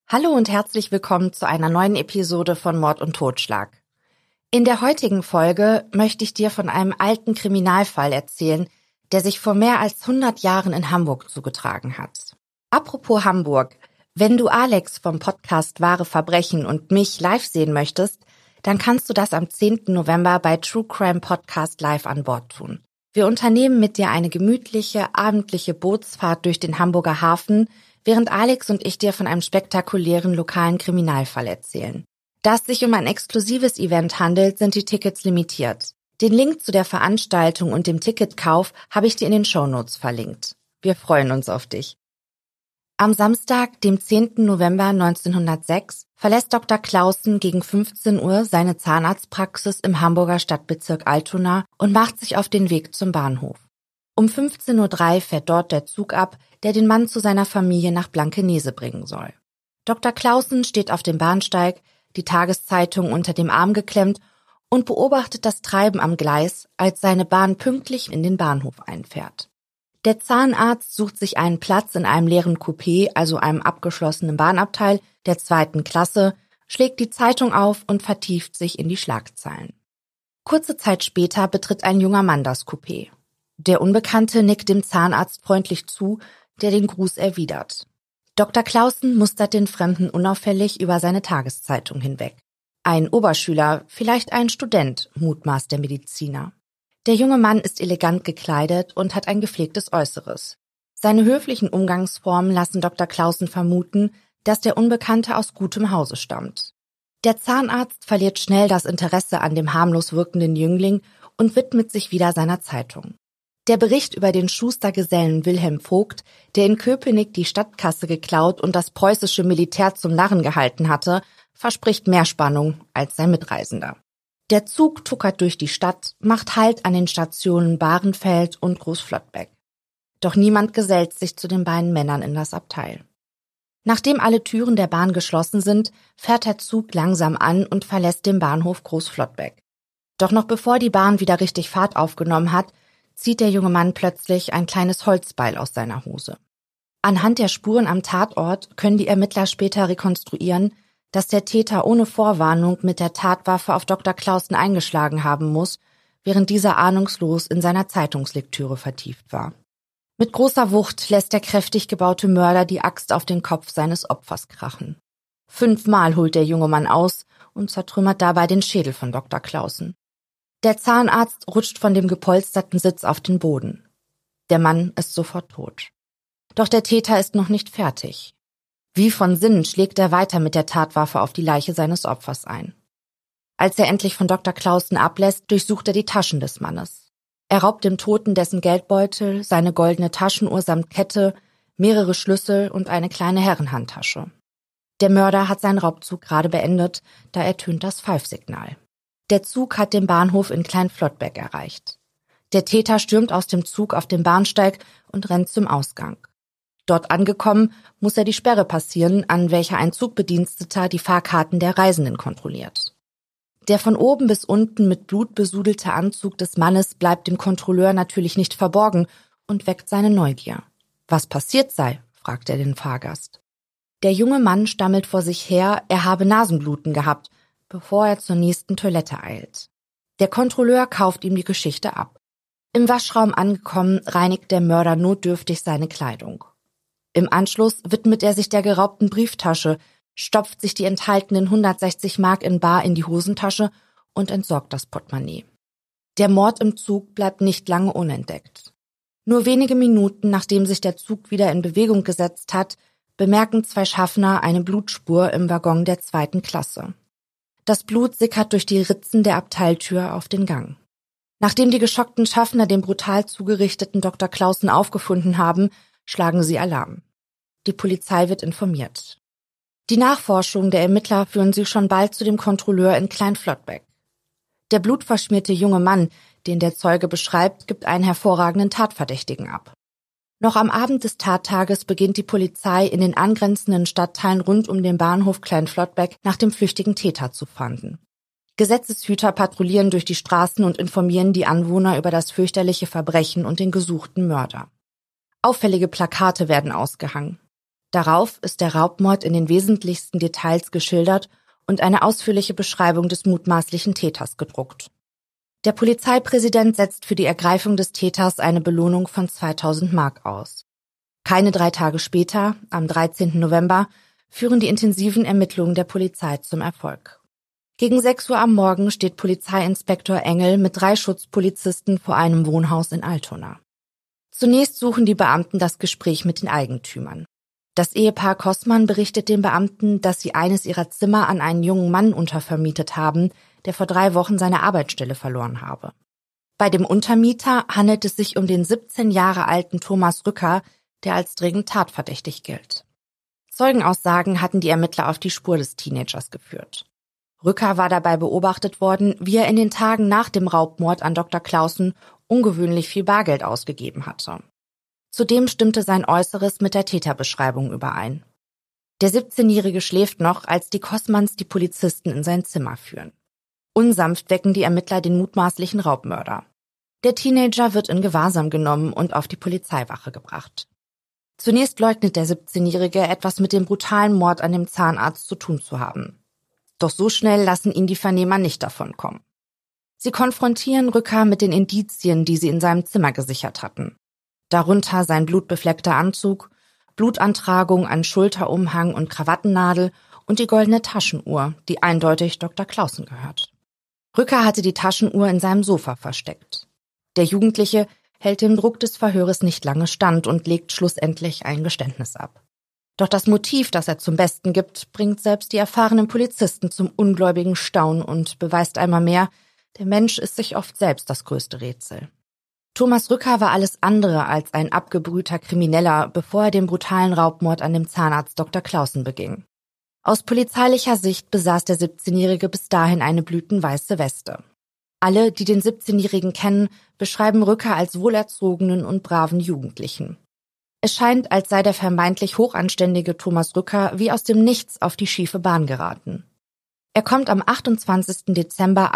Hallo und herzlich willkommen zu einer neuen Episode von Mord und Totschlag. In der heutigen Folge möchte ich dir von einem alten Kriminalfall erzählen, der sich vor mehr als 100 Jahren in Hamburg zugetragen hat. Apropos Hamburg, wenn du Alex vom Podcast Wahre Verbrechen und mich live sehen möchtest, dann kannst du das am 10. November bei True Crime Podcast live an Bord tun. Wir unternehmen mit dir eine gemütliche, abendliche Bootsfahrt durch den Hamburger Hafen, während Alex und ich dir von einem spektakulären lokalen Kriminalfall erzählen. Da es sich um ein exklusives Event handelt, sind die Tickets limitiert. Den Link zu der Veranstaltung und dem Ticketkauf habe ich dir in den Shownotes verlinkt. Wir freuen uns auf dich. Am Samstag, dem 10. November 1906, verlässt Dr. Clausen gegen 15 Uhr seine Zahnarztpraxis im Hamburger Stadtbezirk Altona und macht sich auf den Weg zum Bahnhof. Um 15:03 Uhr fährt dort der Zug ab, der den Mann zu seiner Familie nach Blankenese bringen soll. Dr. Clausen steht auf dem Bahnsteig, die Tageszeitung unter dem Arm geklemmt und beobachtet das Treiben am Gleis, als seine Bahn pünktlich in den Bahnhof einfährt. Der Zahnarzt sucht sich einen Platz in einem leeren Coupé, also einem abgeschlossenen Bahnabteil der 2. Klasse, schlägt die Zeitung auf und vertieft sich in die Schlagzeilen. Kurze Zeit später betritt ein junger Mann das Coupé. Der Unbekannte nickt dem Zahnarzt freundlich zu, der den Gruß erwidert. Dr. Clausen mustert den Fremden unauffällig über seine Tageszeitung hinweg. Ein Oberschüler, vielleicht ein Student, mutmaßt der Mediziner. Der junge Mann ist elegant gekleidet und hat ein gepflegtes Äußeres. Seine höflichen Umgangsformen lassen Dr. Clausen vermuten, dass der Unbekannte aus gutem Hause stammt. Der Zahnarzt verliert schnell das Interesse an dem harmlos wirkenden Jüngling und widmet sich wieder seiner Zeitung. Der Bericht über den Schustergesellen Wilhelm Vogt, der in Köpenick die Stadtkasse geklaut und das preußische Militär zum Narren gehalten hatte, verspricht mehr Spannung als sein Mitreisender. Der Zug tuckert durch die Stadt, macht Halt an den Stationen Bahrenfeld und Großflottbeck. Doch niemand gesellt sich zu den beiden Männern in das Abteil. Nachdem alle Türen der Bahn geschlossen sind, fährt der Zug langsam an und verlässt den Bahnhof Großflottbeck. Doch noch bevor die Bahn wieder richtig Fahrt aufgenommen hat, zieht der junge Mann plötzlich ein kleines Holzbeil aus seiner Hose. Anhand der Spuren am Tatort können die Ermittler später rekonstruieren, dass der Täter ohne Vorwarnung mit der Tatwaffe auf Dr. Clausen eingeschlagen haben muss, während dieser ahnungslos in seiner Zeitungslektüre vertieft war. Mit großer Wucht lässt der kräftig gebaute Mörder die Axt auf den Kopf seines Opfers krachen. 5-mal holt der junge Mann aus und zertrümmert dabei den Schädel von Dr. Clausen. Der Zahnarzt rutscht von dem gepolsterten Sitz auf den Boden. Der Mann ist sofort tot. Doch der Täter ist noch nicht fertig. Wie von Sinnen schlägt er weiter mit der Tatwaffe auf die Leiche seines Opfers ein. Als er endlich von Dr. Clausen ablässt, durchsucht er die Taschen des Mannes. Er raubt dem Toten dessen Geldbeutel, seine goldene Taschenuhr samt Kette, mehrere Schlüssel und eine kleine Herrenhandtasche. Der Mörder hat seinen Raubzug gerade beendet, da ertönt das Pfeifsignal. Der Zug hat den Bahnhof in Klein-Flottbeck erreicht. Der Täter stürmt aus dem Zug auf den Bahnsteig und rennt zum Ausgang. Dort angekommen, muss er die Sperre passieren, an welcher ein Zugbediensteter die Fahrkarten der Reisenden kontrolliert. Der von oben bis unten mit Blut besudelte Anzug des Mannes bleibt dem Kontrolleur natürlich nicht verborgen und weckt seine Neugier. Was passiert sei, fragt er den Fahrgast. Der junge Mann stammelt vor sich her, er habe Nasenbluten gehabt, bevor er zur nächsten Toilette eilt. Der Kontrolleur kauft ihm die Geschichte ab. Im Waschraum angekommen, reinigt der Mörder notdürftig seine Kleidung. Im Anschluss widmet er sich der geraubten Brieftasche, stopft sich die enthaltenen 160 Mark in bar in die Hosentasche und entsorgt das Portemonnaie. Der Mord im Zug bleibt nicht lange unentdeckt. Nur wenige Minuten, nachdem sich der Zug wieder in Bewegung gesetzt hat, bemerken 2 Schaffner eine Blutspur im Waggon der 2. Klasse. Das Blut sickert durch die Ritzen der Abteiltür auf den Gang. Nachdem die geschockten Schaffner den brutal zugerichteten Dr. Clausen aufgefunden haben, schlagen sie Alarm. Die Polizei wird informiert. Die Nachforschungen der Ermittler führen sie schon bald zu dem Kontrolleur in Klein-Flottbeck. Der blutverschmierte junge Mann, den der Zeuge beschreibt, gibt einen hervorragenden Tatverdächtigen ab. Noch am Abend des Tattages beginnt die Polizei in den angrenzenden Stadtteilen rund um den Bahnhof Klein-Flottbeck nach dem flüchtigen Täter zu fahnden. Gesetzeshüter patrouillieren durch die Straßen und informieren die Anwohner über das fürchterliche Verbrechen und den gesuchten Mörder. Auffällige Plakate werden ausgehangen. Darauf ist der Raubmord in den wesentlichsten Details geschildert und eine ausführliche Beschreibung des mutmaßlichen Täters gedruckt. Der Polizeipräsident setzt für die Ergreifung des Täters eine Belohnung von 2000 Mark aus. Keine 3 Tage später, am 13. November, führen die intensiven Ermittlungen der Polizei zum Erfolg. Gegen 6 Uhr am Morgen steht Polizeiinspektor Engel mit 3 Schutzpolizisten vor einem Wohnhaus in Altona. Zunächst suchen die Beamten das Gespräch mit den Eigentümern. Das Ehepaar Kossmann berichtet den Beamten, dass sie eines ihrer Zimmer an einen jungen Mann untervermietet haben, der vor 3 Wochen seine Arbeitsstelle verloren habe. Bei dem Untermieter handelt es sich um den 17 Jahre alten Thomas Rücker, der als dringend tatverdächtig gilt. Zeugenaussagen hatten die Ermittler auf die Spur des Teenagers geführt. Rücker war dabei beobachtet worden, wie er in den Tagen nach dem Raubmord an Dr. Clausen ungewöhnlich viel Bargeld ausgegeben hatte. Zudem stimmte sein Äußeres mit der Täterbeschreibung überein. Der 17-Jährige schläft noch, als die Kossmanns die Polizisten in sein Zimmer führen. Unsanft wecken die Ermittler den mutmaßlichen Raubmörder. Der Teenager wird in Gewahrsam genommen und auf die Polizeiwache gebracht. Zunächst leugnet der 17-Jährige, etwas mit dem brutalen Mord an dem Zahnarzt zu tun zu haben. Doch so schnell lassen ihn die Vernehmer nicht davonkommen. Sie konfrontieren Rücker mit den Indizien, die sie in seinem Zimmer gesichert hatten. Darunter sein blutbefleckter Anzug, Blutantragung an Schulterumhang und Krawattennadel und die goldene Taschenuhr, die eindeutig Dr. Clausen gehört. Rücker hatte die Taschenuhr in seinem Sofa versteckt. Der Jugendliche hält dem Druck des Verhöres nicht lange stand und legt schlussendlich ein Geständnis ab. Doch das Motiv, das er zum Besten gibt, bringt selbst die erfahrenen Polizisten zum ungläubigen Staunen und beweist einmal mehr, der Mensch ist sich oft selbst das größte Rätsel. Thomas Rücker war alles andere als ein abgebrühter Krimineller, bevor er den brutalen Raubmord an dem Zahnarzt Dr. Clausen beging. Aus polizeilicher Sicht besaß der 17-Jährige bis dahin eine blütenweiße Weste. Alle, die den 17-Jährigen kennen, beschreiben Rücker als wohlerzogenen und braven Jugendlichen. Es scheint, als sei der vermeintlich hochanständige Thomas Rücker wie aus dem Nichts auf die schiefe Bahn geraten. Er kommt am 28. Dezember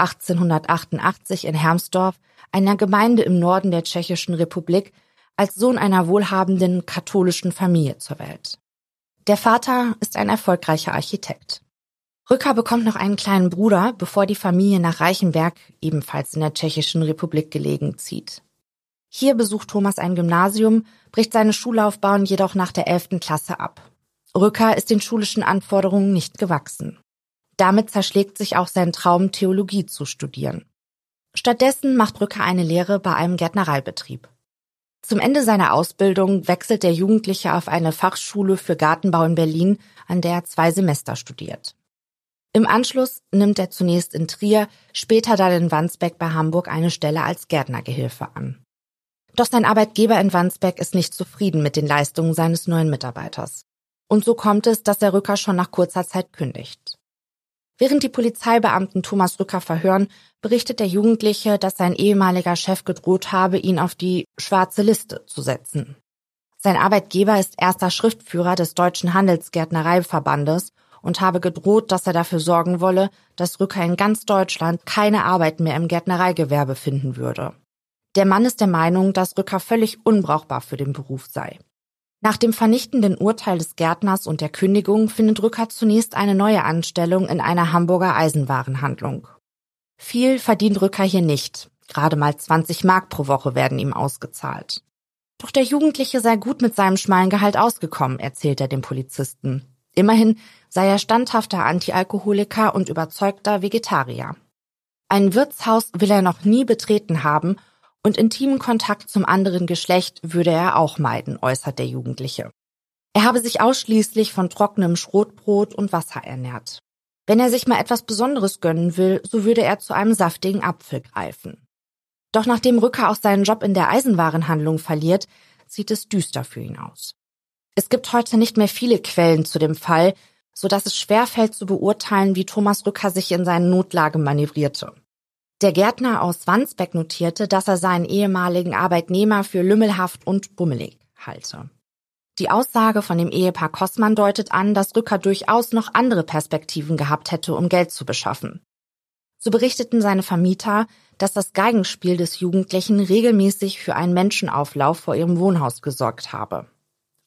1888 in Hermsdorf, einer Gemeinde im Norden der Tschechischen Republik, als Sohn einer wohlhabenden katholischen Familie zur Welt. Der Vater ist ein erfolgreicher Architekt. Rücker bekommt noch einen kleinen Bruder, bevor die Familie nach Reichenberg, ebenfalls in der Tschechischen Republik gelegen, zieht. Hier besucht Thomas ein Gymnasium, bricht seine Schullaufbahn jedoch nach der 11. Klasse ab. Rücker ist den schulischen Anforderungen nicht gewachsen. Damit zerschlägt sich auch sein Traum, Theologie zu studieren. Stattdessen macht Rücker eine Lehre bei einem Gärtnereibetrieb. Zum Ende seiner Ausbildung wechselt der Jugendliche auf eine Fachschule für Gartenbau in Berlin, an der er 2 Semester studiert. Im Anschluss nimmt er zunächst in Trier, später dann in Wandsbek bei Hamburg eine Stelle als Gärtnergehilfe an. Doch sein Arbeitgeber in Wandsbek ist nicht zufrieden mit den Leistungen seines neuen Mitarbeiters. Und so kommt es, dass der Rücker schon nach kurzer Zeit kündigt. Während die Polizeibeamten Thomas Rücker verhören, berichtet der Jugendliche, dass sein ehemaliger Chef gedroht habe, ihn auf die schwarze Liste zu setzen. Sein Arbeitgeber ist erster Schriftführer des Deutschen Handelsgärtnereiverbandes und habe gedroht, dass er dafür sorgen wolle, dass Rücker in ganz Deutschland keine Arbeit mehr im Gärtnereigewerbe finden würde. Der Mann ist der Meinung, dass Rücker völlig unbrauchbar für den Beruf sei. Nach dem vernichtenden Urteil des Gärtners und der Kündigung findet Rücker zunächst eine neue Anstellung in einer Hamburger Eisenwarenhandlung. Viel verdient Rücker hier nicht. Gerade mal 20 Mark pro Woche werden ihm ausgezahlt. Doch der Jugendliche sei gut mit seinem schmalen Gehalt ausgekommen, erzählt er dem Polizisten. Immerhin sei er standhafter Antialkoholiker und überzeugter Vegetarier. Ein Wirtshaus will er noch nie betreten haben und intimen Kontakt zum anderen Geschlecht würde er auch meiden, äußert der Jugendliche. Er habe sich ausschließlich von trockenem Schrotbrot und Wasser ernährt. Wenn er sich mal etwas Besonderes gönnen will, so würde er zu einem saftigen Apfel greifen. Doch nachdem Rücker auch seinen Job in der Eisenwarenhandlung verliert, sieht es düster für ihn aus. Es gibt heute nicht mehr viele Quellen zu dem Fall, sodass es schwerfällt zu beurteilen, wie Thomas Rücker sich in seine Notlage manövrierte. Der Gärtner aus Wandsbek notierte, dass er seinen ehemaligen Arbeitnehmer für lümmelhaft und bummelig halte. Die Aussage von dem Ehepaar Kossmann deutet an, dass Rücker durchaus noch andere Perspektiven gehabt hätte, um Geld zu beschaffen. So berichteten seine Vermieter, dass das Geigenspiel des Jugendlichen regelmäßig für einen Menschenauflauf vor ihrem Wohnhaus gesorgt habe.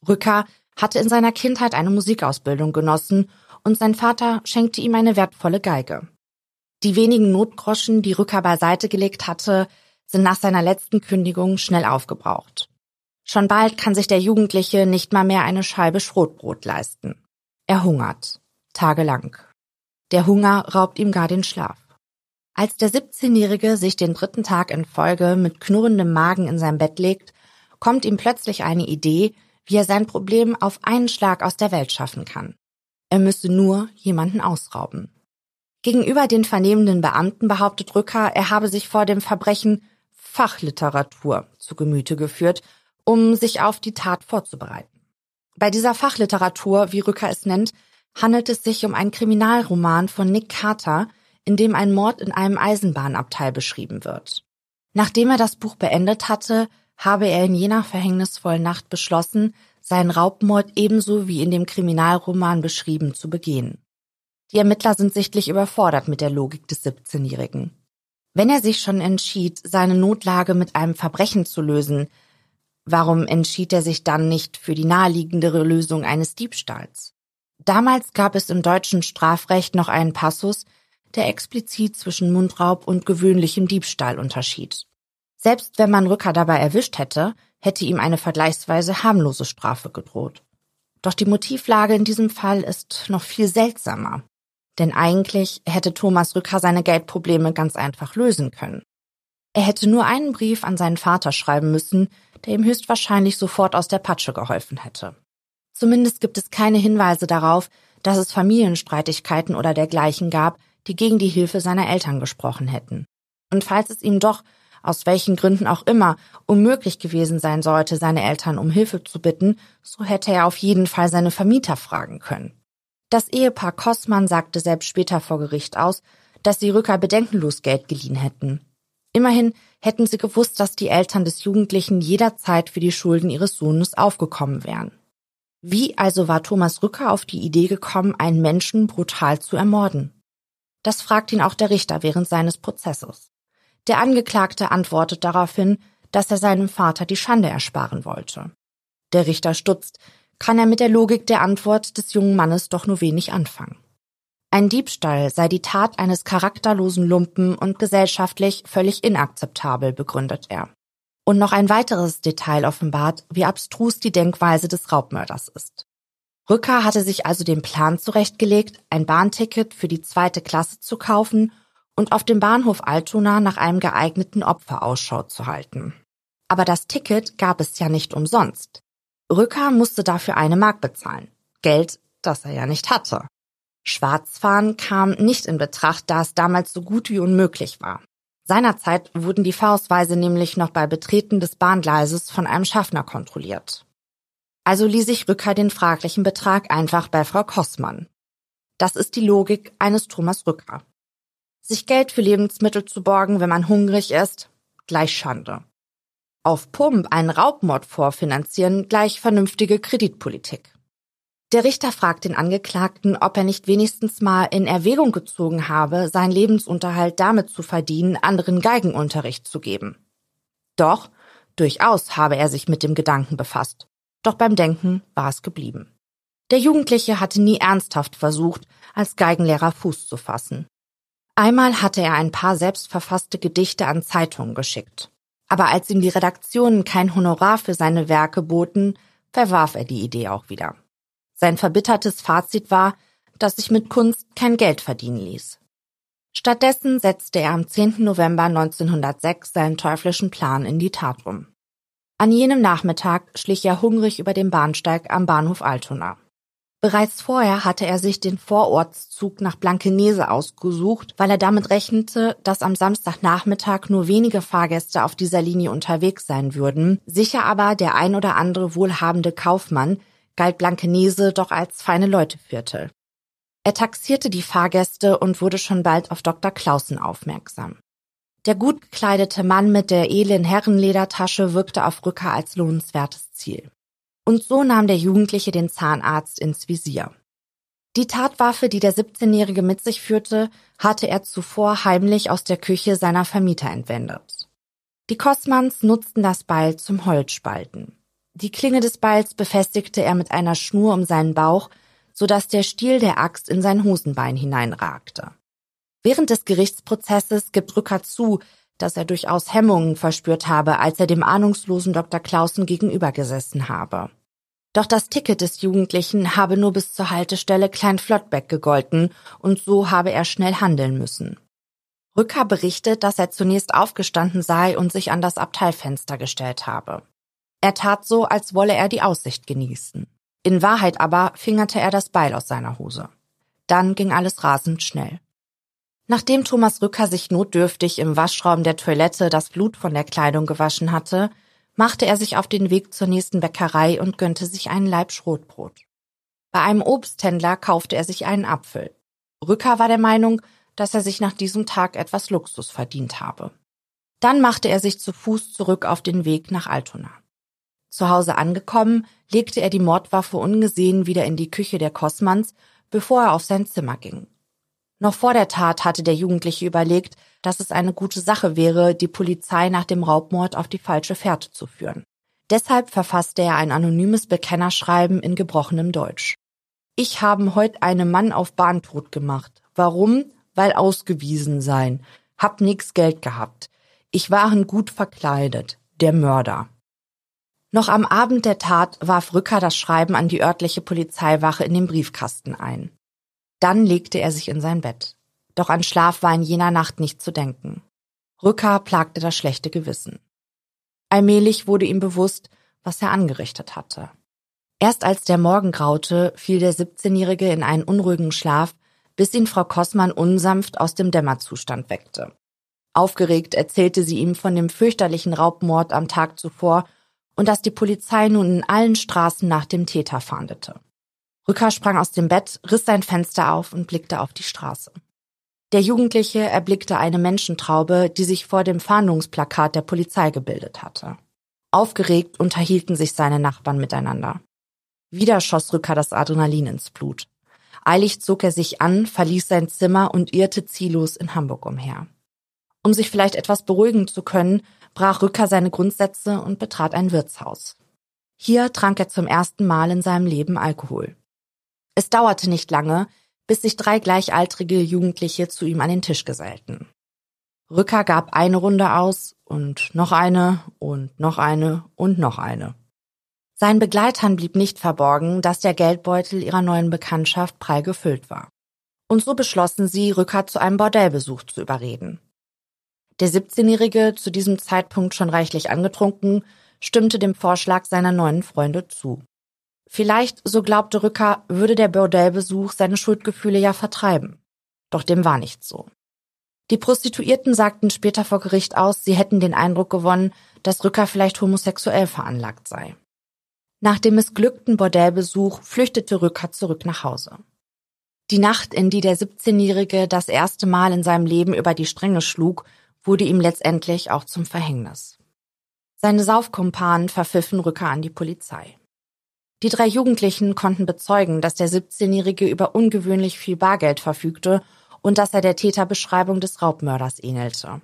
Rücker hatte in seiner Kindheit eine Musikausbildung genossen und sein Vater schenkte ihm eine wertvolle Geige. Die wenigen Notgroschen, die Rücker beiseite gelegt hatte, sind nach seiner letzten Kündigung schnell aufgebraucht. Schon bald kann sich der Jugendliche nicht mal mehr eine Scheibe Schrotbrot leisten. Er hungert, tagelang. Der Hunger raubt ihm gar den Schlaf. Als der 17-Jährige sich den 3. Tag in Folge mit knurrendem Magen in sein Bett legt, kommt ihm plötzlich eine Idee, wie er sein Problem auf einen Schlag aus der Welt schaffen kann. Er müsse nur jemanden ausrauben. Gegenüber den vernehmenden Beamten behauptet Rücker, er habe sich vor dem Verbrechen Fachliteratur zu Gemüte geführt, um sich auf die Tat vorzubereiten. Bei dieser Fachliteratur, wie Rücker es nennt, handelt es sich um einen Kriminalroman von Nick Carter, in dem ein Mord in einem Eisenbahnabteil beschrieben wird. Nachdem er das Buch beendet hatte, habe er in jener verhängnisvollen Nacht beschlossen, seinen Raubmord ebenso wie in dem Kriminalroman beschrieben zu begehen. Die Ermittler sind sichtlich überfordert mit der Logik des 17-Jährigen. Wenn er sich schon entschied, seine Notlage mit einem Verbrechen zu lösen, warum entschied er sich dann nicht für die naheliegendere Lösung eines Diebstahls? Damals gab es im deutschen Strafrecht noch einen Passus, der explizit zwischen Mundraub und gewöhnlichem Diebstahl unterschied. Selbst wenn man Rücker dabei erwischt hätte, hätte ihm eine vergleichsweise harmlose Strafe gedroht. Doch die Motivlage in diesem Fall ist noch viel seltsamer. Denn eigentlich hätte Thomas Rücker seine Geldprobleme ganz einfach lösen können. Er hätte nur einen Brief an seinen Vater schreiben müssen, der ihm höchstwahrscheinlich sofort aus der Patsche geholfen hätte. Zumindest gibt es keine Hinweise darauf, dass es Familienstreitigkeiten oder dergleichen gab, die gegen die Hilfe seiner Eltern gesprochen hätten. Und falls es ihm doch, aus welchen Gründen auch immer, unmöglich gewesen sein sollte, seine Eltern um Hilfe zu bitten, so hätte er auf jeden Fall seine Vermieter fragen können. Das Ehepaar Kossmann sagte selbst später vor Gericht aus, dass sie Rücker bedenkenlos Geld geliehen hätten. Immerhin hätten sie gewusst, dass die Eltern des Jugendlichen jederzeit für die Schulden ihres Sohnes aufgekommen wären. Wie also war Thomas Rücker auf die Idee gekommen, einen Menschen brutal zu ermorden? Das fragt ihn auch der Richter während seines Prozesses. Der Angeklagte antwortet daraufhin, dass er seinem Vater die Schande ersparen wollte. Der Richter stutzt, kann er mit der Logik der Antwort des jungen Mannes doch nur wenig anfangen. Ein Diebstahl sei die Tat eines charakterlosen Lumpen und gesellschaftlich völlig inakzeptabel, begründet er. Und noch ein weiteres Detail offenbart, wie abstrus die Denkweise des Raubmörders ist. Rücker hatte sich also den Plan zurechtgelegt, ein Bahnticket für die 2. Klasse zu kaufen und auf dem Bahnhof Altona nach einem geeigneten Opfer Ausschau zu halten. Aber das Ticket gab es ja nicht umsonst. Rücker musste dafür 1 Mark bezahlen. Geld, das er ja nicht hatte. Schwarzfahren kam nicht in Betracht, da es damals so gut wie unmöglich war. Seinerzeit wurden die Fahrausweise nämlich noch bei Betreten des Bahngleises von einem Schaffner kontrolliert. Also ließ sich Rücker den fraglichen Betrag einfach bei Frau Kossmann. Das ist die Logik eines Thomas Rücker. Sich Geld für Lebensmittel zu borgen, wenn man hungrig ist, gleich Schande. Auf Pump einen Raubmord vorfinanzieren, gleich vernünftige Kreditpolitik. Der Richter fragt den Angeklagten, ob er nicht wenigstens mal in Erwägung gezogen habe, seinen Lebensunterhalt damit zu verdienen, anderen Geigenunterricht zu geben. Doch, durchaus habe er sich mit dem Gedanken befasst. Doch beim Denken war es geblieben. Der Jugendliche hatte nie ernsthaft versucht, als Geigenlehrer Fuß zu fassen. Einmal hatte er ein paar selbstverfasste Gedichte an Zeitungen geschickt. Aber als ihm die Redaktionen kein Honorar für seine Werke boten, verwarf er die Idee auch wieder. Sein verbittertes Fazit war, dass sich mit Kunst kein Geld verdienen ließ. Stattdessen setzte er am 10. November 1906 seinen teuflischen Plan in die Tat um. An jenem Nachmittag schlich er hungrig über den Bahnsteig am Bahnhof Altona. Bereits vorher hatte er sich den Vorortszug nach Blankenese ausgesucht, weil er damit rechnete, dass am Samstagnachmittag nur wenige Fahrgäste auf dieser Linie unterwegs sein würden. Sicher aber der ein oder andere wohlhabende Kaufmann galt Blankenese doch als Feine-Leute-Viertel. Er taxierte die Fahrgäste und wurde schon bald auf Dr. Clausen aufmerksam. Der gut gekleidete Mann mit der edlen Herrenledertasche wirkte auf Rücker als lohnenswertes Ziel. Und so nahm der Jugendliche den Zahnarzt ins Visier. Die Tatwaffe, die der 17-Jährige mit sich führte, hatte er zuvor heimlich aus der Küche seiner Vermieter entwendet. Die Kossmanns nutzten das Beil zum Holzspalten. Die Klinge des Beils befestigte er mit einer Schnur um seinen Bauch, sodass der Stiel der Axt in sein Hosenbein hineinragte. Während des Gerichtsprozesses gibt Rücker zu, dass er durchaus Hemmungen verspürt habe, als er dem ahnungslosen Dr. Clausen gegenübergesessen habe. Doch das Ticket des Jugendlichen habe nur bis zur Haltestelle Klein-Flottbeck gegolten und so habe er schnell handeln müssen. Rücker berichtet, dass er zunächst aufgestanden sei und sich an das Abteilfenster gestellt habe. Er tat so, als wolle er die Aussicht genießen. In Wahrheit aber fingerte er das Beil aus seiner Hose. Dann ging alles rasend schnell. Nachdem Thomas Rücker sich notdürftig im Waschraum der Toilette das Blut von der Kleidung gewaschen hatte, machte er sich auf den Weg zur nächsten Bäckerei und gönnte sich einen Laib Schrotbrot. Bei einem Obsthändler kaufte er sich einen Apfel. Rücker war der Meinung, dass er sich nach diesem Tag etwas Luxus verdient habe. Dann machte er sich zu Fuß zurück auf den Weg nach Altona. Zu Hause angekommen, legte er die Mordwaffe ungesehen wieder in die Küche der Kossmanns, bevor er auf sein Zimmer ging. Noch vor der Tat hatte der Jugendliche überlegt, dass es eine gute Sache wäre, die Polizei nach dem Raubmord auf die falsche Fährte zu führen. Deshalb verfasste er ein anonymes Bekennerschreiben in gebrochenem Deutsch. Ich habe heut einen Mann auf Bahn tot gemacht. Warum? Weil ausgewiesen sein. Hab nix Geld gehabt. Ich waren gut verkleidet. Der Mörder. Noch am Abend der Tat warf Rücker das Schreiben an die örtliche Polizeiwache in den Briefkasten ein. Dann legte er sich in sein Bett. Doch an Schlaf war in jener Nacht nicht zu denken. Rücker plagte das schlechte Gewissen. Allmählich wurde ihm bewusst, was er angerichtet hatte. Erst als der Morgen graute, fiel der 17-Jährige in einen unruhigen Schlaf, bis ihn Frau Kossmann unsanft aus dem Dämmerzustand weckte. Aufgeregt erzählte sie ihm von dem fürchterlichen Raubmord am Tag zuvor und dass die Polizei nun in allen Straßen nach dem Täter fahndete. Rücker sprang aus dem Bett, riss sein Fenster auf und blickte auf die Straße. Der Jugendliche erblickte eine Menschentraube, die sich vor dem Fahndungsplakat der Polizei gebildet hatte. Aufgeregt unterhielten sich seine Nachbarn miteinander. Wieder schoss Rücker das Adrenalin ins Blut. Eilig zog er sich an, verließ sein Zimmer und irrte ziellos in Hamburg umher. Um sich vielleicht etwas beruhigen zu können, brach Rücker seine Grundsätze und betrat ein Wirtshaus. Hier trank er zum ersten Mal in seinem Leben Alkohol. Es dauerte nicht lange, bis sich 3 gleichaltrige Jugendliche zu ihm an den Tisch gesellten. Rücker gab eine Runde aus und noch eine und noch eine und noch eine. Seinen Begleitern blieb nicht verborgen, dass der Geldbeutel ihrer neuen Bekanntschaft prall gefüllt war. Und so beschlossen sie, Rücker zu einem Bordellbesuch zu überreden. Der 17-Jährige, zu diesem Zeitpunkt schon reichlich angetrunken, stimmte dem Vorschlag seiner neuen Freunde zu. Vielleicht, so glaubte Rücker, würde der Bordellbesuch seine Schuldgefühle ja vertreiben. Doch dem war nicht so. Die Prostituierten sagten später vor Gericht aus, sie hätten den Eindruck gewonnen, dass Rücker vielleicht homosexuell veranlagt sei. Nach dem missglückten Bordellbesuch flüchtete Rücker zurück nach Hause. Die Nacht, in die der 17-Jährige das erste Mal in seinem Leben über die Stränge schlug, wurde ihm letztendlich auch zum Verhängnis. Seine Saufkumpanen verpfiffen Rücker an die Polizei. Die 3 Jugendlichen konnten bezeugen, dass der 17-Jährige über ungewöhnlich viel Bargeld verfügte und dass er der Täterbeschreibung des Raubmörders ähnelte.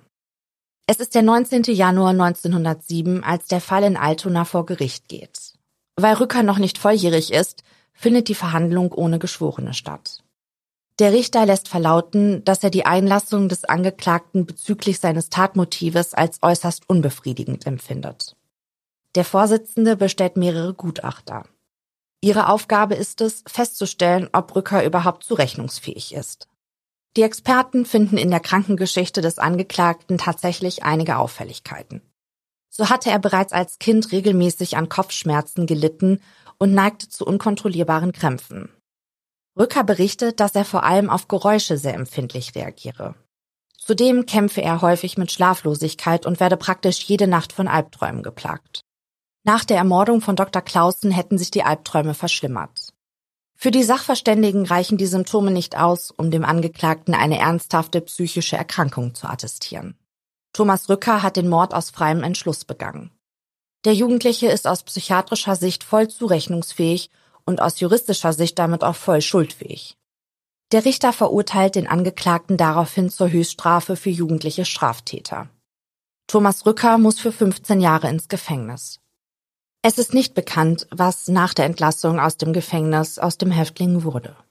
Es ist der 19. Januar 1907, als der Fall in Altona vor Gericht geht. Weil Rücker noch nicht volljährig ist, findet die Verhandlung ohne Geschworene statt. Der Richter lässt verlauten, dass er die Einlassung des Angeklagten bezüglich seines Tatmotives als äußerst unbefriedigend empfindet. Der Vorsitzende bestellt mehrere Gutachter. Ihre Aufgabe ist es, festzustellen, ob Rücker überhaupt zurechnungsfähig ist. Die Experten finden in der Krankengeschichte des Angeklagten tatsächlich einige Auffälligkeiten. So hatte er bereits als Kind regelmäßig an Kopfschmerzen gelitten und neigte zu unkontrollierbaren Krämpfen. Rücker berichtet, dass er vor allem auf Geräusche sehr empfindlich reagiere. Zudem kämpfe er häufig mit Schlaflosigkeit und werde praktisch jede Nacht von Albträumen geplagt. Nach der Ermordung von Dr. Clausen hätten sich die Albträume verschlimmert. Für die Sachverständigen reichen die Symptome nicht aus, um dem Angeklagten eine ernsthafte psychische Erkrankung zu attestieren. Thomas Rücker hat den Mord aus freiem Entschluss begangen. Der Jugendliche ist aus psychiatrischer Sicht voll zurechnungsfähig und aus juristischer Sicht damit auch voll schuldfähig. Der Richter verurteilt den Angeklagten daraufhin zur Höchststrafe für jugendliche Straftäter. Thomas Rücker muss für 15 Jahre ins Gefängnis. Es ist nicht bekannt, was nach der Entlassung aus dem Gefängnis aus dem Häftling wurde.